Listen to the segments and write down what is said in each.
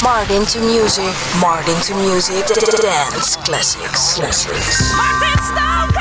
Martin to music. Martin to music. Dance classics. Martin Stoker!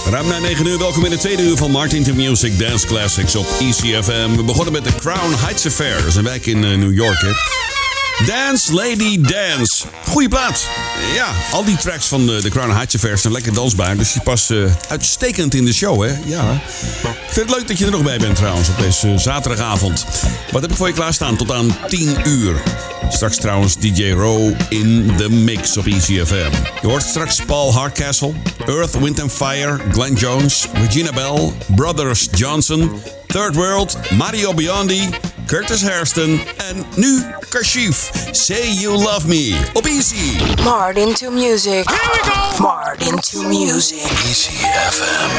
Ruim na 9 uur, welkom in de tweede uur van Martin to Music Dance Classics op ECFM. We begonnen met de Crown Heights Affair, dat is een wijk in New York, hè. Dance Lady Dance. Goeie plaat. Ja, al die tracks van de Crown Heights Affair zijn lekker dansbaar. Dus die passen uitstekend in de show, hè. Ja. Ik vind het leuk dat je er nog bij bent trouwens, op deze zaterdagavond. Wat heb ik voor je klaarstaan? Tot aan 10 uur. Straks trouwens DJ Row in the mix op ECFM. Je hoort straks Paul Hardcastle, Earth, Wind & Fire, Glenn Jones, Regina Bell, Brothers Johnson, Third World, Mario Biondi, Curtis Hairston en nu Kashif. Say You Love Me op Easy. Martin to Music. Here we go. Martin to Music. ECFM.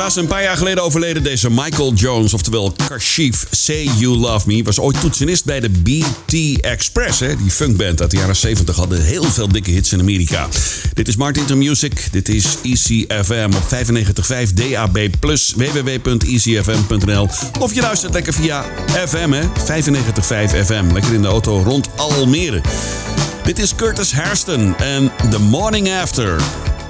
Helaas een paar jaar geleden overleden deze Michael Jones, oftewel Kashif Say You Love Me. Was ooit toetsenist bij de BT Express, hè? Die funkband uit de jaren 70 hadden heel veel dikke hits in Amerika. Dit is Martin to Music, dit is ECFM op 95.5 DAB+, www.ecfm.nl. Of je luistert lekker via FM, hè? 95.5 FM, lekker in de auto rond Almere. Dit is Curtis Hairston en The Morning After.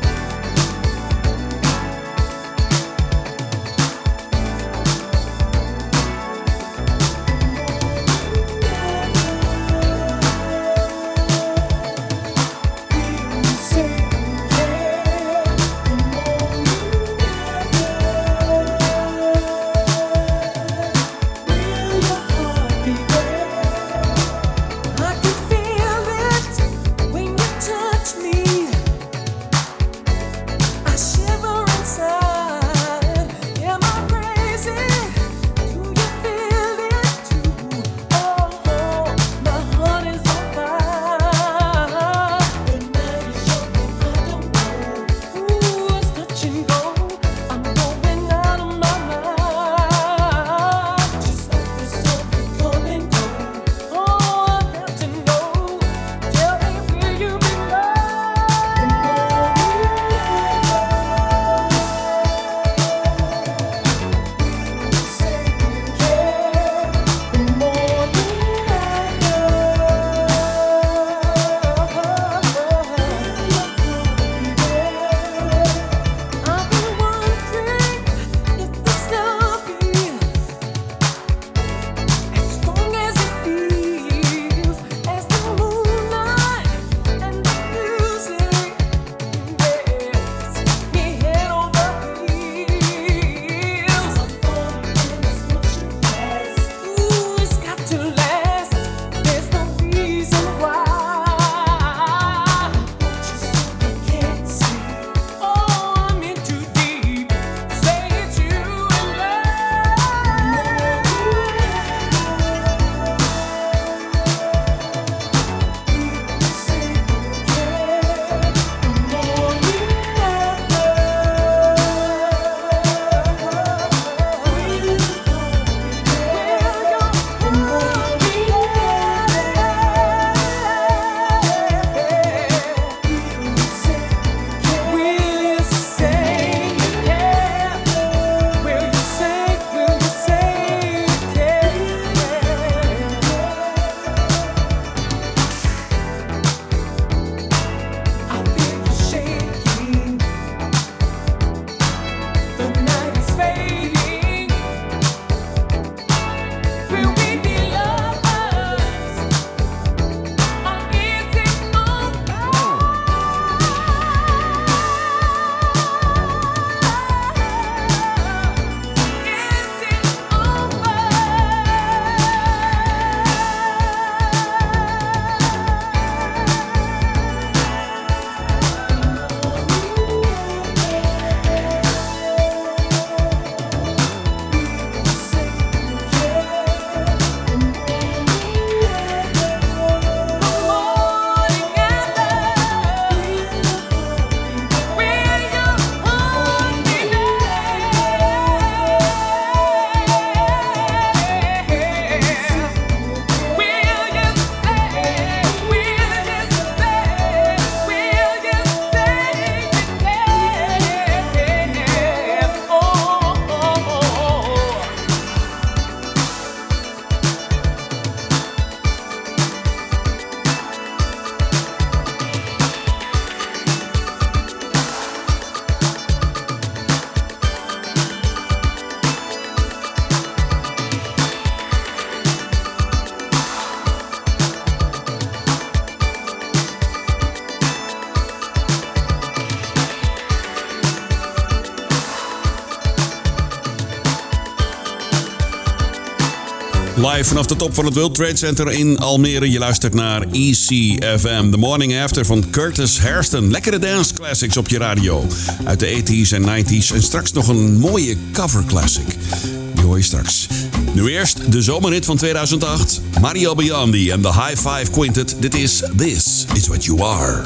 Live vanaf de top van het World Trade Center in Almere. Je luistert naar ECFM, The Morning After van Curtis Hairston. Lekkere dance classics op je radio. Uit de 80s en 90s. En straks nog een mooie cover classic. Die hoor je straks. Nu eerst de zomerhit van 2008. Mario Biondi en de High Five Quintet. Dit is This Is What You Are.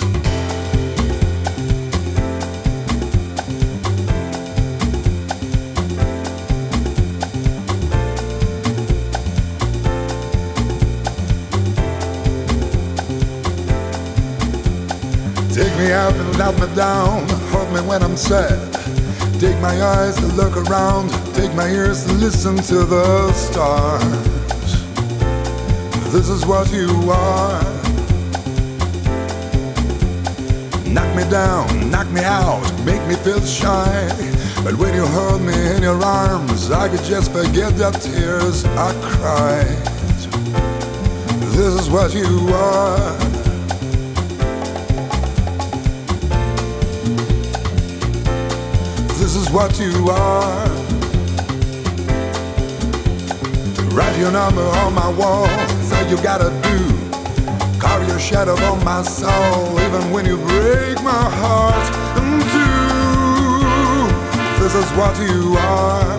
me up and let me down, hold me when I'm sad. Take my eyes to look around, take my ears to listen to the stars. This is what you are. Knock me down, knock me out, make me feel shy. But when you hold me in your arms, I could just forget the tears I cried. This is what you are. This is what you are. Write your number on my wall, say you gotta do. Carve your shadow on my soul, even when you break my heart in two. This is what you are.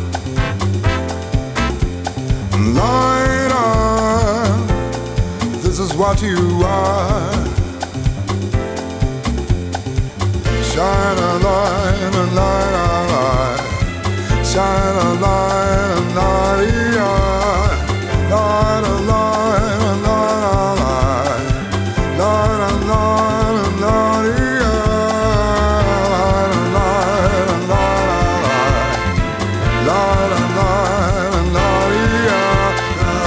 Light on. This is what you are. Shine a light, a light, a light. Shine a light, a light, light, a light, a light, a light. Light, a light, a light, light, a light, a light, light, a light, a light.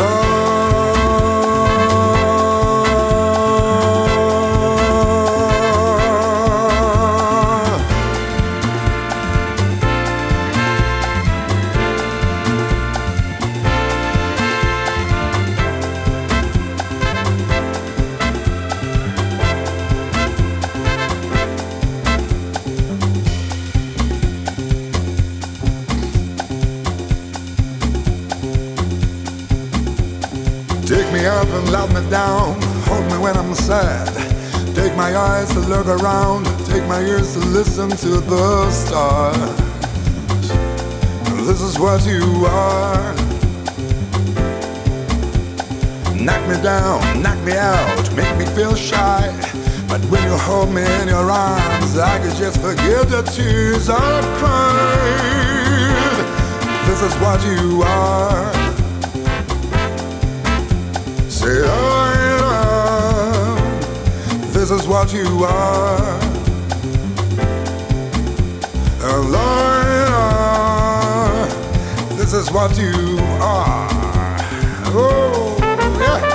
Take me up and let me down, hold me when I'm sad. Take my eyes to look around, take my ears to listen to the stars. This is what you are. Knock me down, knock me out, make me feel shy. But when you hold me in your arms, I could just forget the tears I've cried. This is what you are. Say I am. This is what you are. Light. This is what you are. Oh, yeah.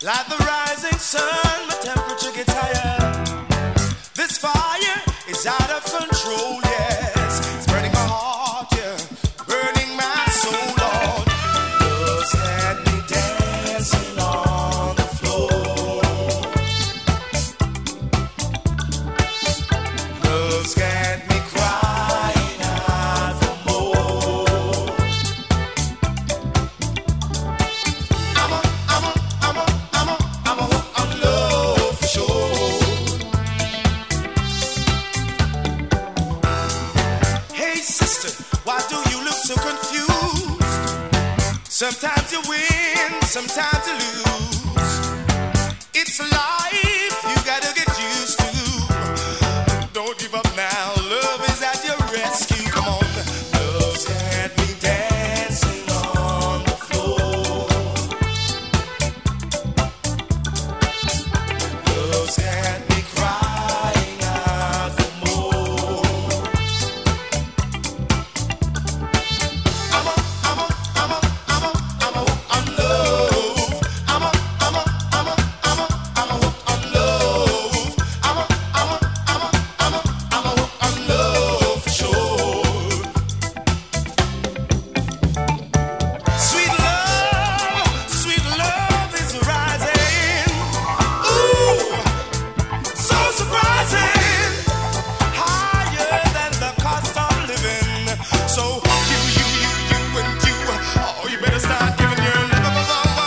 Like the rising sun, the temperature gets higher. This fire is out of control, yes. It's burning my heart, yeah. Burning my soul, Lord. Love's had me dancing on the floor. Love's got me crying out for more. I'm a hook on love for sure. Hey sister, why do you look so confused? Sometimes you win, sometimes you lose. It's life you gotta get used to. Don't give up now, love is at your rescue. Come on, love's got me dancing on the floor. Love's got me crying out for more. I'm a hook on love. I'm a hook on love. I'm a hook on love for sure. Sweet love is rising. Ooh, so surprising. Higher than the cost of living. So you and you, oh, you better start giving your love.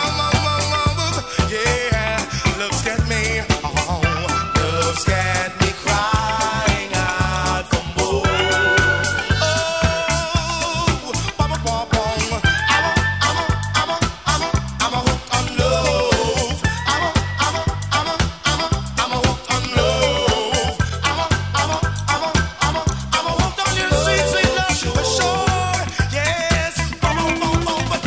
Yeah, love's got me, oh, love's got me crying out for more. Oh, bum, bum, bum. I'm a hook on love. I'm a hook on love. I'm a hook on your sweet, sweet love for sure. Yes, bum, bum, bum, bum.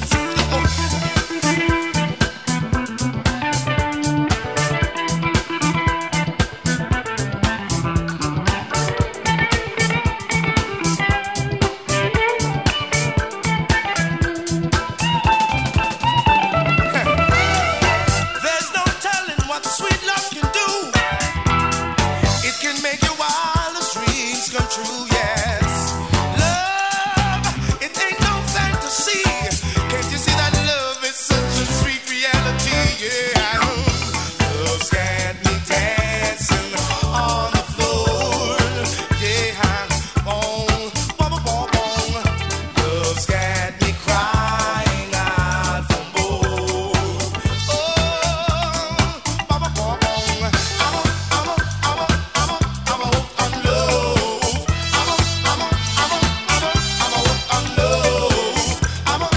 There's no telling what sweet love can do. It can make your wildest dreams come true, yes. Love, it ain't no fantasy. Can't you see that love is such a sweet reality, yeah. Love's got me dancing on the floor, yeah. Oh, bum, bum, bum. Love's got me crying out for more. Oh, bum, bum, bum. I'm a hook on love. I'm a hook on love. I'm a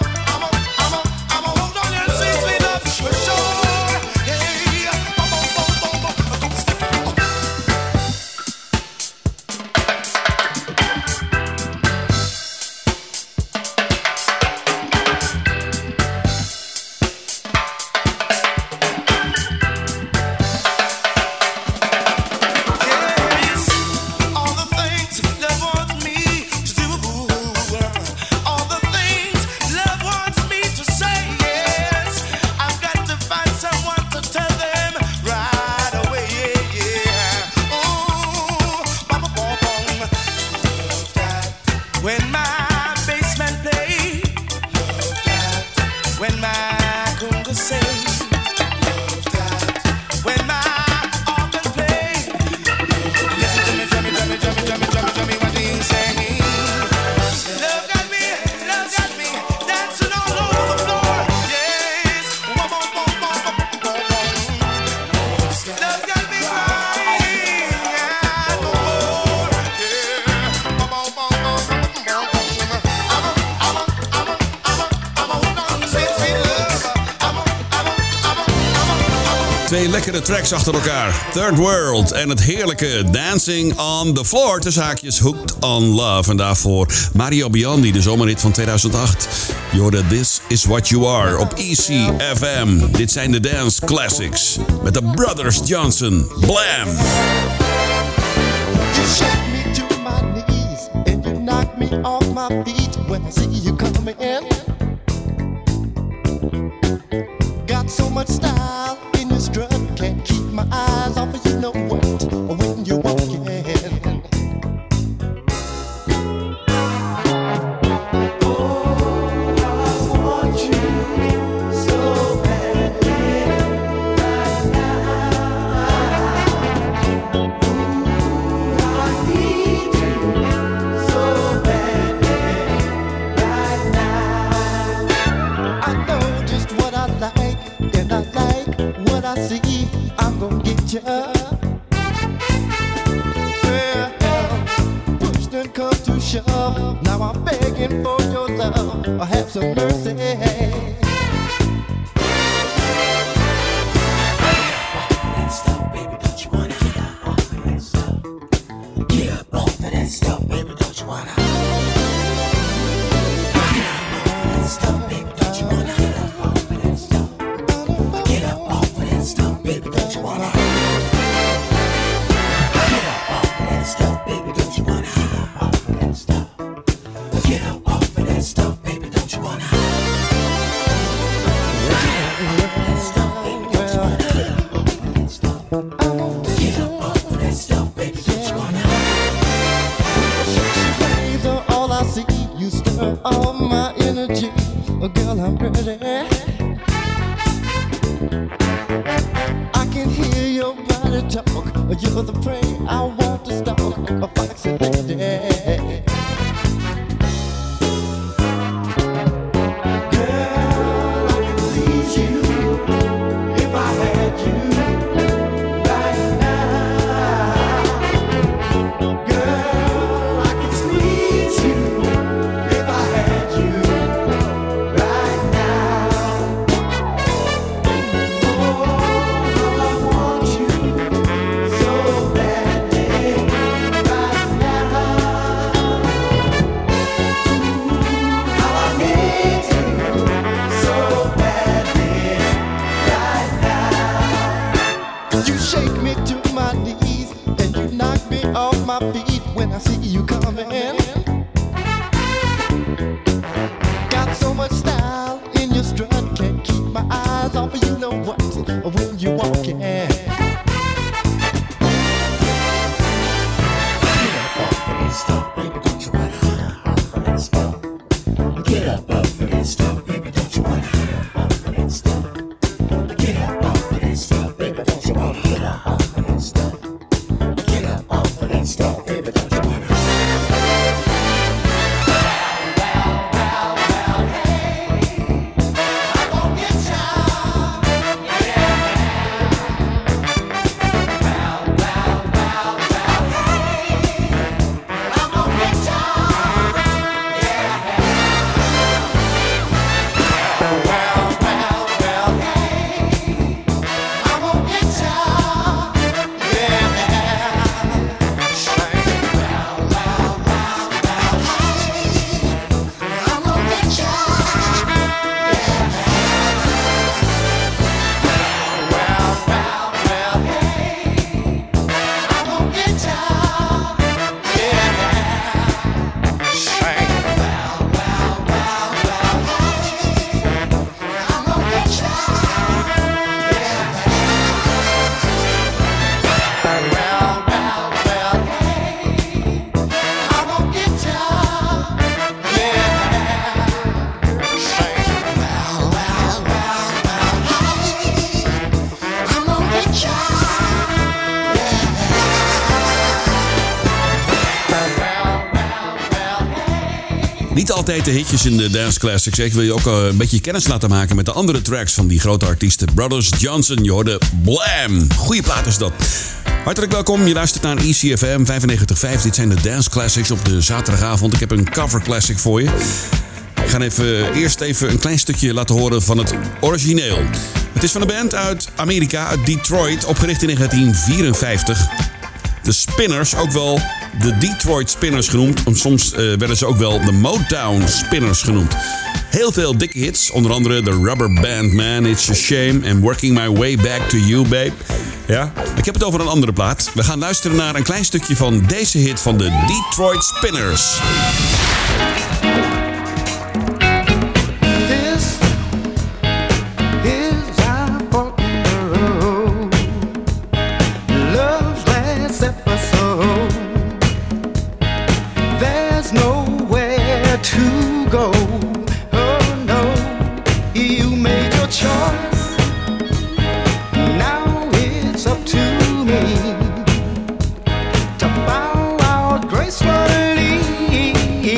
hook on your sweet, sweet love for sure. Hey, bum, bum, bum, bum, bum. Come step up. Yes, all the things love wants me to do, all the things love wants me to say, yes, I've got to find someone to tell them right away, yeah. Oh, bum, bum, bum. Love that when my bassman play, love that when my conga sing, love that when my organ play. Listen to me, drummy, what he's saying. Love got me dancing all over the floor. Yes, bum, bum, bum, bum, bum, bum, bum. Love got me crying out for more. Yeah, bum, bum, bum, bum, bum, bum. I'm a hook on sweet, sweet love. Twee lekkere tracks achter elkaar. Third World en het heerlijke Dancing on the Floor. Tussen haakjes Hooked on Love. En daarvoor Mario Biondi, de zomerhit van 2008. Je hoorde This Is What You Are op ECFM. Dit zijn de Dance Classics. Met de Brothers Johnson. Blam! You shake me to my knees and you knock me off my feet when I see you coming in. Got so much style. have some mercy. Stuff, baby, don't you wanna get up off of that stuff? Get up off of that stuff, baby, don't you wanna? Get up off of that stuff, baby, don't you wanna? Get up off of that stuff. Get up off of that stuff, baby, don't you wanna? Get up off of that stuff, baby, don't you wanna? Get up off of that stuff. Get up off of that stuff, baby, don't you wanna? Get up off of that stuff, baby, don't you wanna? Days are all I see. You stir all my energy. Oh, girl, I'm ready. I can hear your body talk. You're the prey I want to stalk. A foxy lady. Girl, I could please you if I had you right now. Girl, I could squeeze you if I had you right now. Oh, I want you so badly right now. How I need you so badly right now. You shake me to my knees and you knock me off my feet when I see you coming. Got so much style in your strut, can't keep my eyes off of you. Know what? When you walking. Get up off of that stuff, baby, don't you wanna? Get up off of that stuff. Get up off of that stuff, baby, don't you wanna? Get up off of that stuff. Get up off of that stuff, baby, don't you wanna? Get up off of that stuff. Get up off of that stuff, baby, don't you wanna? Niet altijd de hitjes in de Dance Classics. Ik wil je ook een beetje kennis laten maken met de andere tracks van die grote artiesten. Brothers Johnson, je hoorde Blam. Goeie plaat is dat. Hartelijk welkom, je luistert naar ECFM 95.5. Dit zijn de Dance Classics op de zaterdagavond. Ik heb een cover classic voor je. Ik ga eerst even een klein stukje laten horen van het origineel. Het is van een band uit Amerika, uit Detroit, opgericht in 1954. De Spinners, ook wel de Detroit Spinners genoemd. Soms werden ze ook wel de Motown Spinners genoemd. Heel veel dikke hits, onder andere The Rubber Band Man, It's a Shame en Working My Way Back to You, Babe. Ja, ik heb het over een andere plaat. We gaan luisteren naar een klein stukje van deze hit van de Detroit Spinners. Gracefully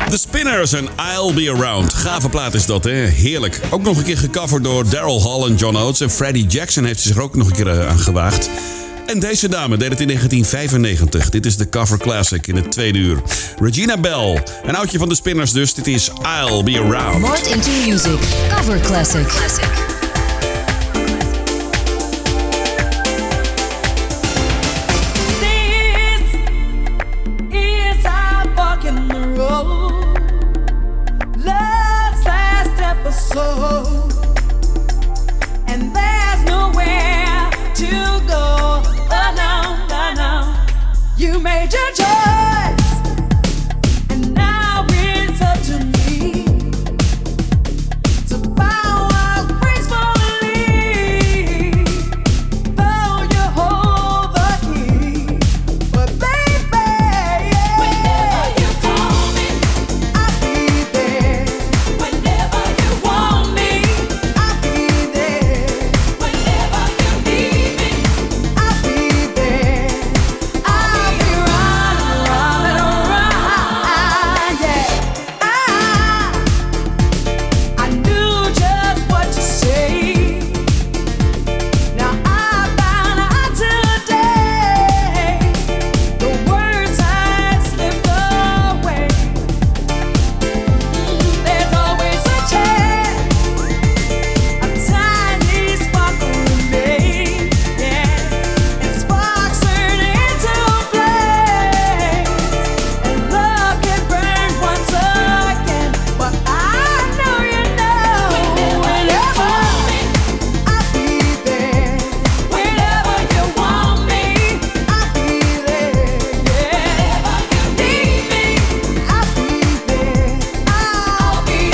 The Spinners en I'll Be Around. Gave plaat is dat, hè? Heerlijk. Ook nog een keer gecoverd door Daryl Hall en John Oates. En Freddie Jackson heeft zich er ook nog een keer aan gewaagd. En deze dame deed het in 1995. Dit is de cover classic in het tweede uur. Regina Bell, een oudje van de Spinners dus. Dit is I'll Be Around. Martin to Music, cover classic. And there's nowhere to go. Oh no, no, no. You made your choice, and now it's up to me to bow out gracefully. Though you hold the key, but baby, yeah. Whenever you call me, I'll be there. Whenever you want me, I'll be there. Whenever you need me, I'll be there. I'll be right around, yeah. I knew just what to say. Now I found out today the words had slipped away. There's always a chance, a tiny sparkle remains, yeah. And sparks turn into flames, and love can burn once again. But I know you know, whenever I'll be there. Whenever you want me, I'll be there, yeah. Whenever you need me, I'll be there. I'll be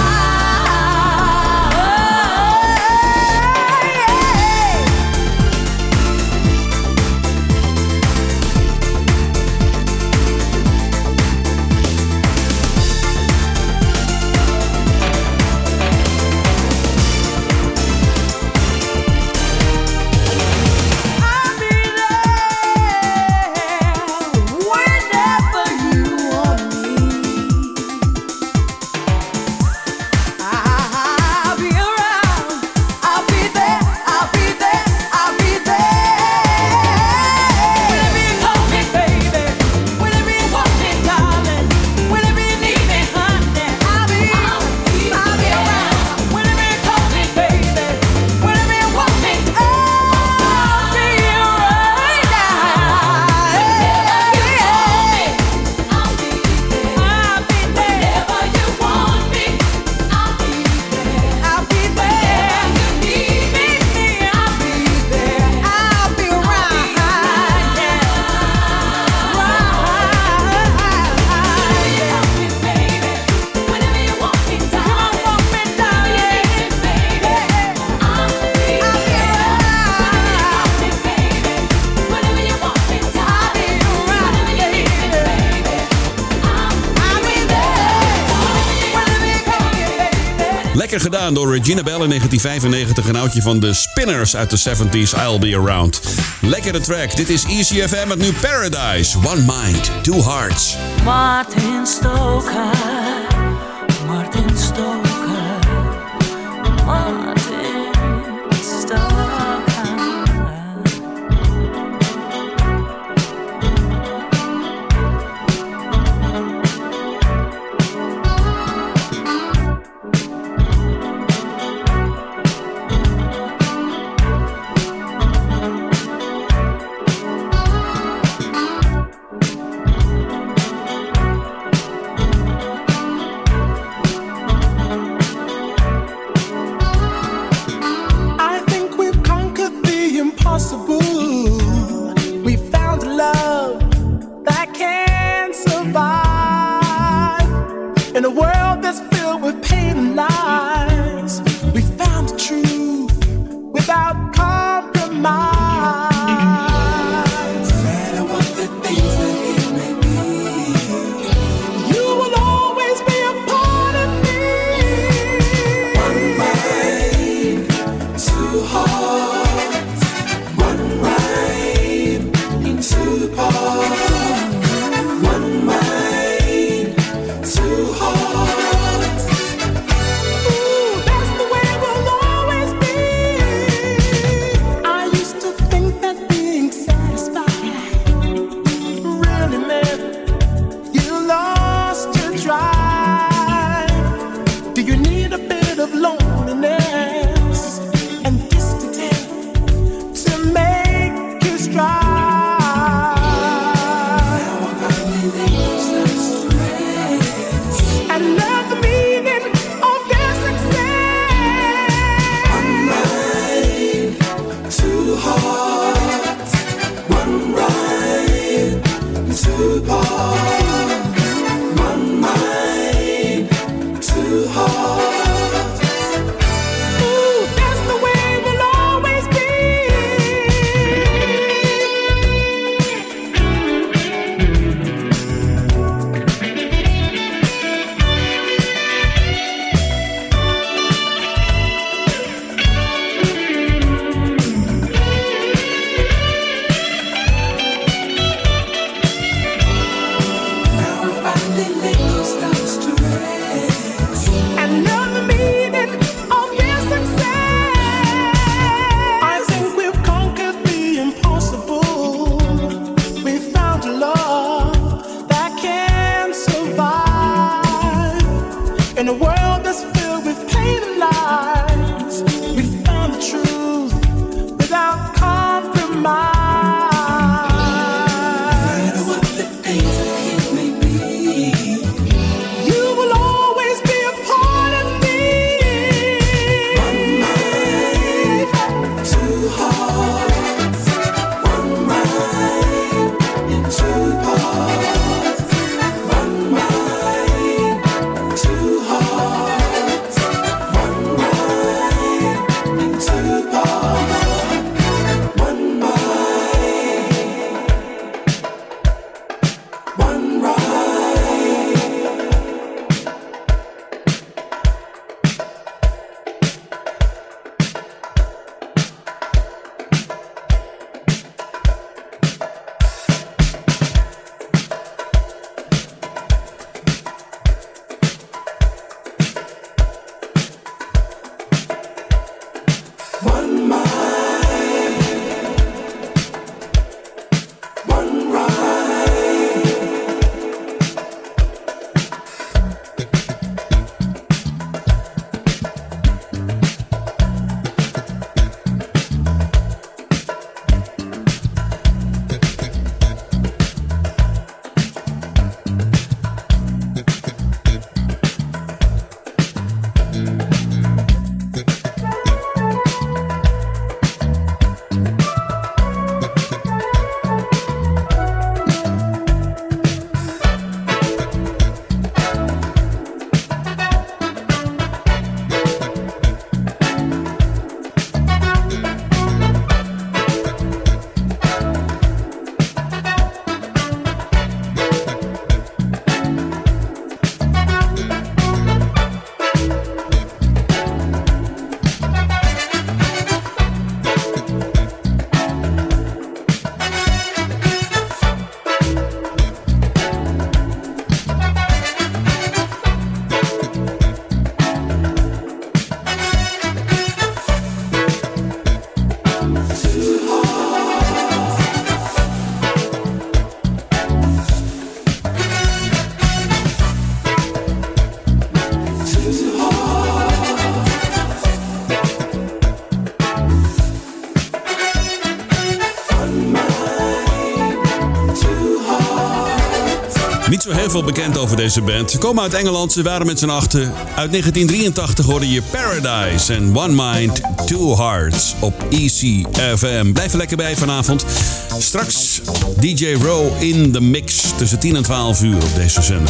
Lekker gedaan door Regina Bell in 1995. Een oudje van de Spinners uit de 70s. I'll Be Around. Lekkere track. Dit is ECFM met nu Paradise. One Mind, Two Hearts. Martin Stoker, Martin Stoker, Martin Stoker. In a world that's filled with pain and lies, we found the truth without compromise. No matter what the things that it may be, you will always be a part of me. One mind, two hearts, one mind, two parts. One mind, two And know the meaning of their success. I think we've conquered the impossible. We found a love that can survive in a world that's filled with pain and lies. We found the truth without compromise. Niet zo heel veel bekend over deze band. Ze komen uit Engeland, ze waren met z'n achten. Uit 1983 hoorde je Paradise en One Mind, Two Hearts op ECFM. Blijf er lekker bij vanavond. Straks DJ Row in the mix tussen 10 en 12 uur op deze zender.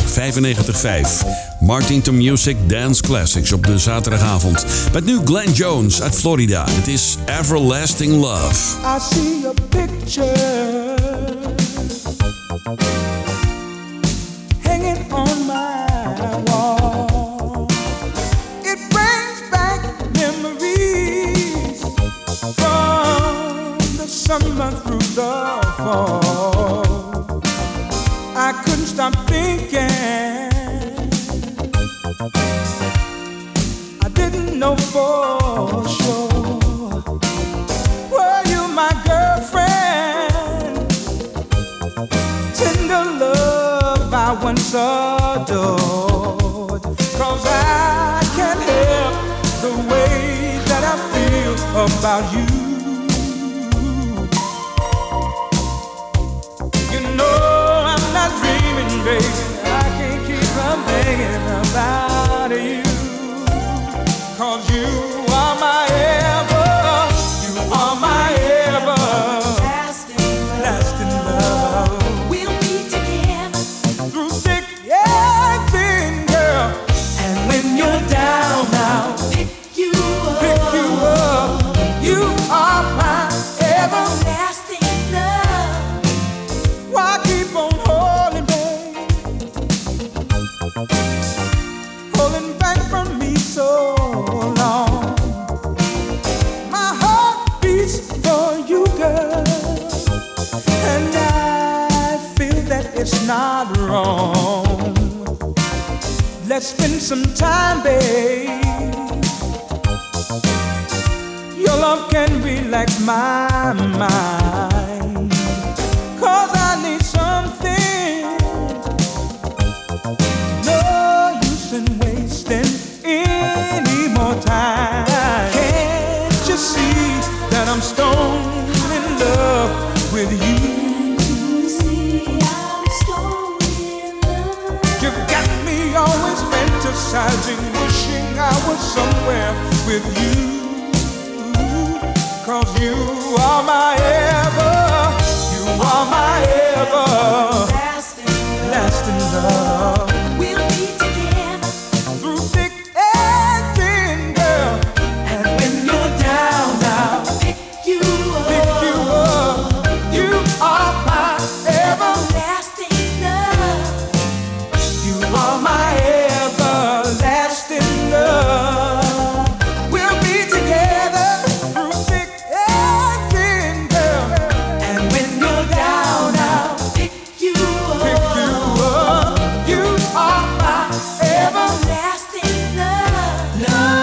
95.5. Martington Music Dance Classics op de zaterdagavond. Met nu Glenn Jones uit Florida. Het is Everlasting Love. I see a picture hanging on my wall. It brings back memories from the summer through the fall. I couldn't stop thinking. I didn't know for sure. Were you my girlfriend? Tender love I once adored. 'Cause I can't help the way that I feel about you. You know I'm not dreaming, baby. I can't keep from thinking about you. 'Cause you are my ever, you are my everlasting love. We'll be together through thick and thin, girl. And when you're down, I'll pick you up. You are my everlasting love. Why keep on holding back, holding back from me so long? My heart beats for you, girl, and I feel that it's not wrong. Let's spend some time, babe. Your love can relax my mind, 'cause I need something. No use in wasting any more time. Can't you see that I'm stoned in love with you? You've got me always fantasizing, wishing I was somewhere with you. 'Cause you are my ever, you are my ever lasting love. We'll be together through thick and thin, girl. And when you're down, I'll pick you up. You are my everlasting love. You are my everlasting love. We'll be together through thick and thin, girl. And when you're down, I'll pick you up. You are my everlasting love.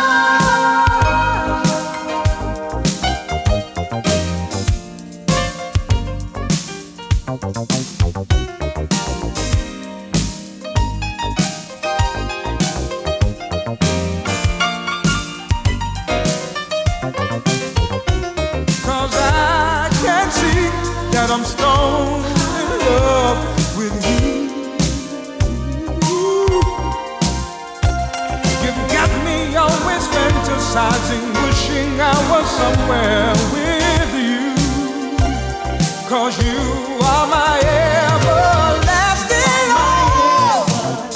Cause I can see that I'm stoned in love with you. You've got me always fantasizing, wishing I was somewhere with you. 'Cause you are my everlasting love.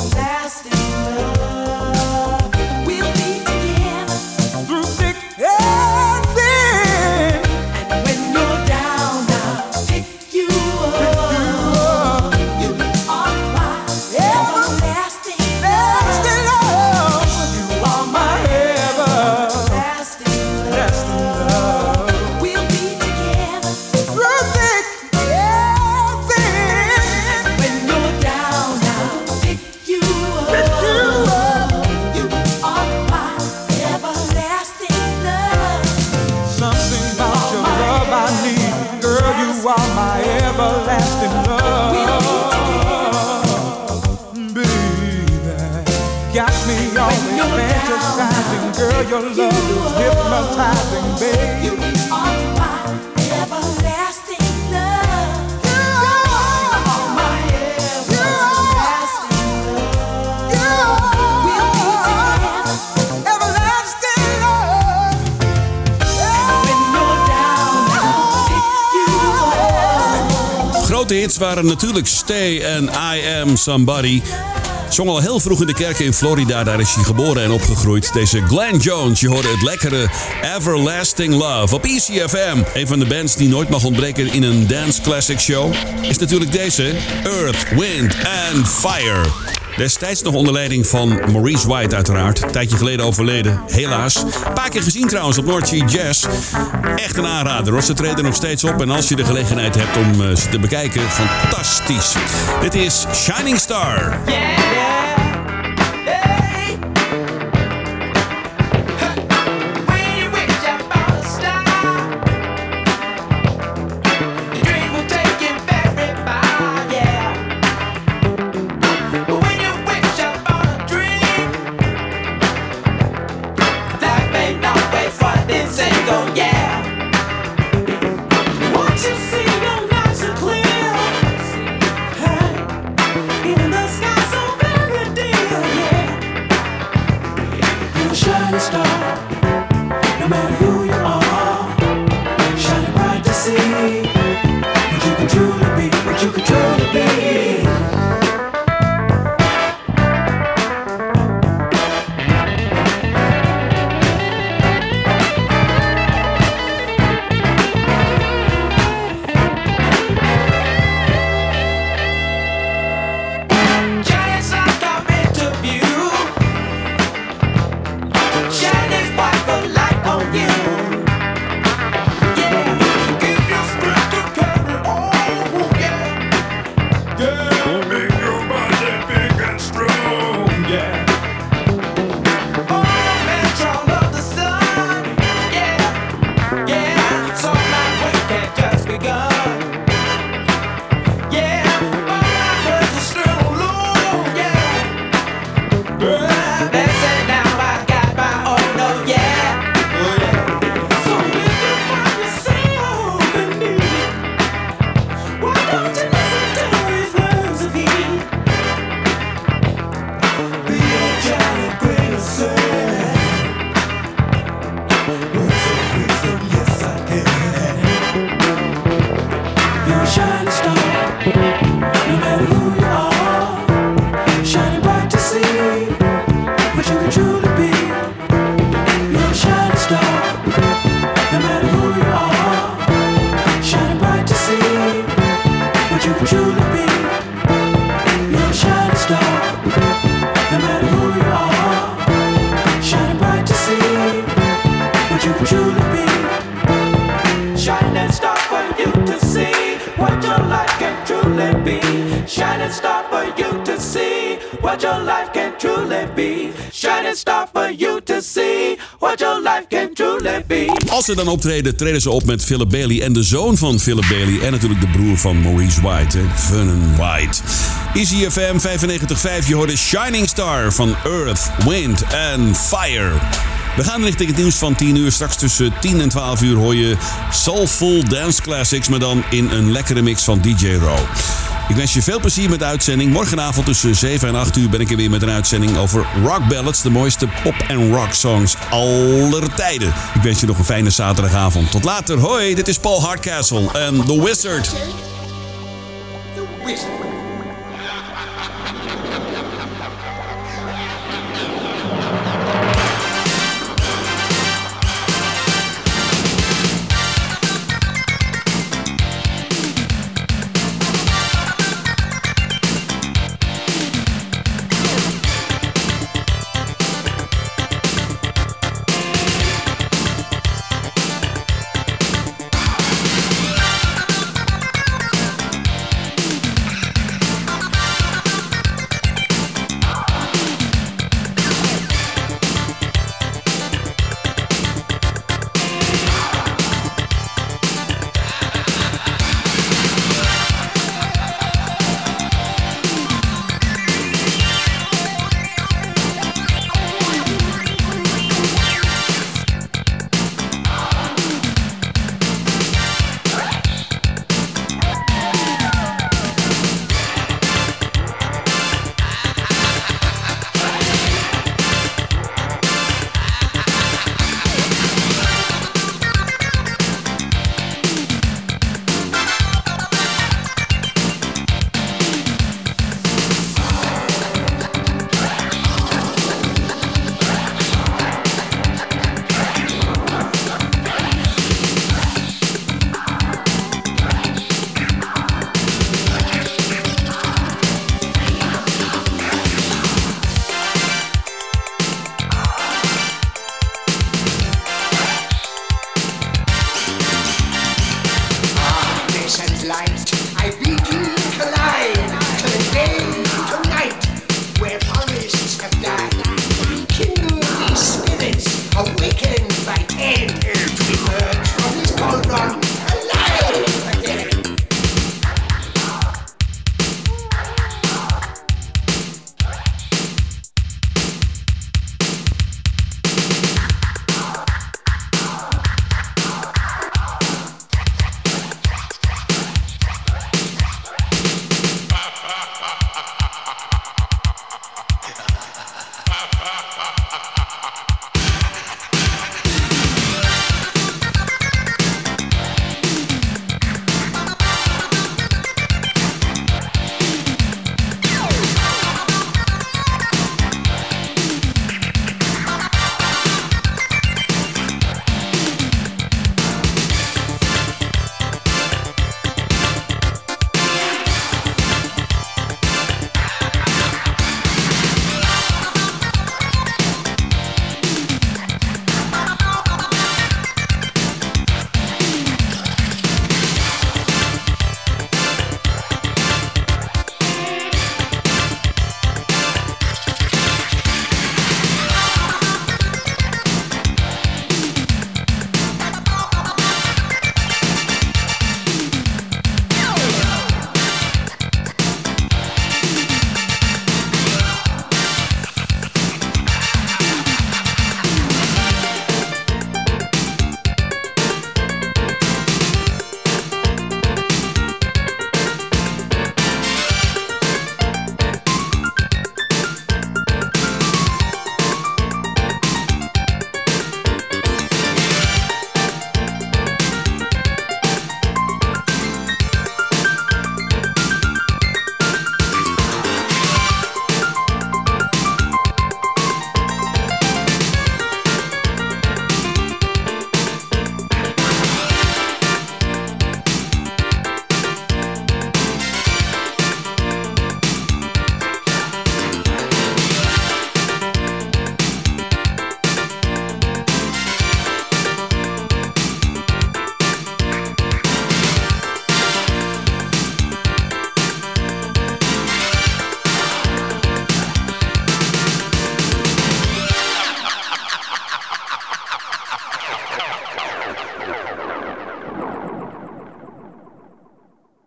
We'll be together through thick and thin. And when you're down, I'll pick you up. You are my everlasting love. You are my everlasting love. We'll be together through thick and thin. And when you're down, I'll pick you up. You are my everlasting love. Something about your love I need, girl. You are my everlasting love. Baby, got me always fantasizing, girl. Your love is hypnotizing, baby. You are my everlasting love. You are my everlasting love. We'll be together, everlasting love. When you're down, I'll pick you up. Grote hits waren natuurlijk Stay en I Am Somebody. Zong al heel vroeg in de kerk in Florida, daar is hij geboren en opgegroeid. Deze Glenn Jones, je hoorde het lekkere Everlasting Love op ECFM. Een van de bands die nooit mag ontbreken in een dance classic show is natuurlijk deze, Earth, Wind and Fire. Destijds nog onder leiding van Maurice White uiteraard. Een tijdje geleden overleden, helaas. Een paar keer gezien trouwens op North Sea Jazz. Echt een aanrader hoor, ze treden nog steeds op. En als je de gelegenheid hebt om ze te bekijken, fantastisch. Dit is Shining Star. Even the sky so blue. what your life can truly be. Shining star for you to see what your life can truly be. Als ze dan optreden, treden ze op met Philip Bailey en de zoon van Philip Bailey en natuurlijk de broer van Maurice White, Vernon White. Easy FM 95.5, je hoorde Shining Star van Earth, Wind and Fire. We gaan richting het nieuws van 10 uur. Straks tussen 10 en 12 uur hoor je Soulful Dance Classics, maar dan in een lekkere mix van DJ Row. Ik wens je veel plezier met de uitzending. Morgenavond tussen 7 en 8 uur ben ik er weer met een uitzending over rock ballads. De mooiste pop- en rock songs aller tijden. Ik wens je nog een fijne zaterdagavond. Tot later. Hoi, dit is Paul Hardcastle en The Wizard. The Wizard.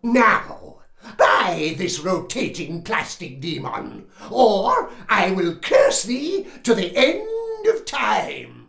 Now, buy this rotating plastic demon, or I will curse thee to the end of time.